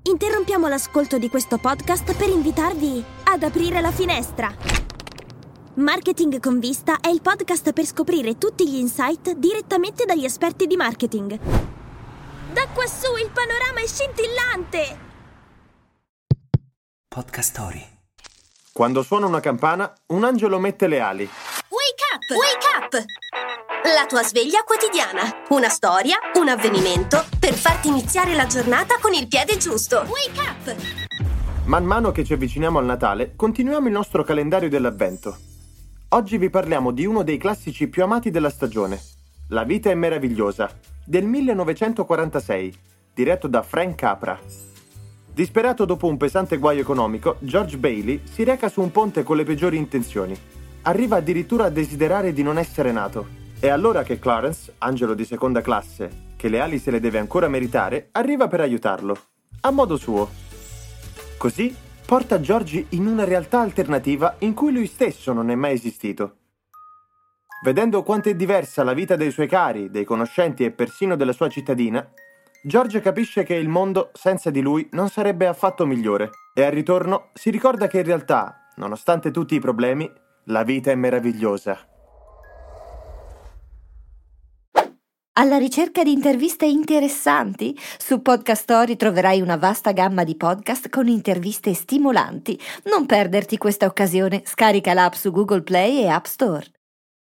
Interrompiamo l'ascolto di questo podcast per invitarvi ad aprire la finestra. Marketing con Vista è il podcast per scoprire tutti gli insight direttamente dagli esperti di marketing. Da quassù il panorama è scintillante! Podcast Story. Quando suona una campana, un angelo mette le ali. Wake up! Wake up! La tua sveglia quotidiana. Una storia, un avvenimento per farti iniziare la giornata con il piede giusto. Wake up! Man mano che ci avviciniamo al Natale, continuiamo il nostro calendario dell'Avvento. Oggi vi parliamo di uno dei classici più amati della stagione, La vita è meravigliosa, del 1946, diretto da Frank Capra. Disperato dopo un pesante guaio economico, George Bailey si reca su un ponte con le peggiori intenzioni. Arriva addirittura a desiderare di non essere nato. È allora che Clarence, angelo di seconda classe, che le ali se le deve ancora meritare, arriva per aiutarlo, a modo suo. Così porta George in una realtà alternativa in cui lui stesso non è mai esistito. Vedendo quanto è diversa la vita dei suoi cari, dei conoscenti e persino della sua cittadina, George capisce che il mondo senza di lui non sarebbe affatto migliore e al ritorno si ricorda che in realtà, nonostante tutti i problemi, la vita è meravigliosa. Alla ricerca di interviste interessanti? Su Podcast Story troverai una vasta gamma di podcast con interviste stimolanti. Non perderti questa occasione, scarica l'app su Google Play e App Store.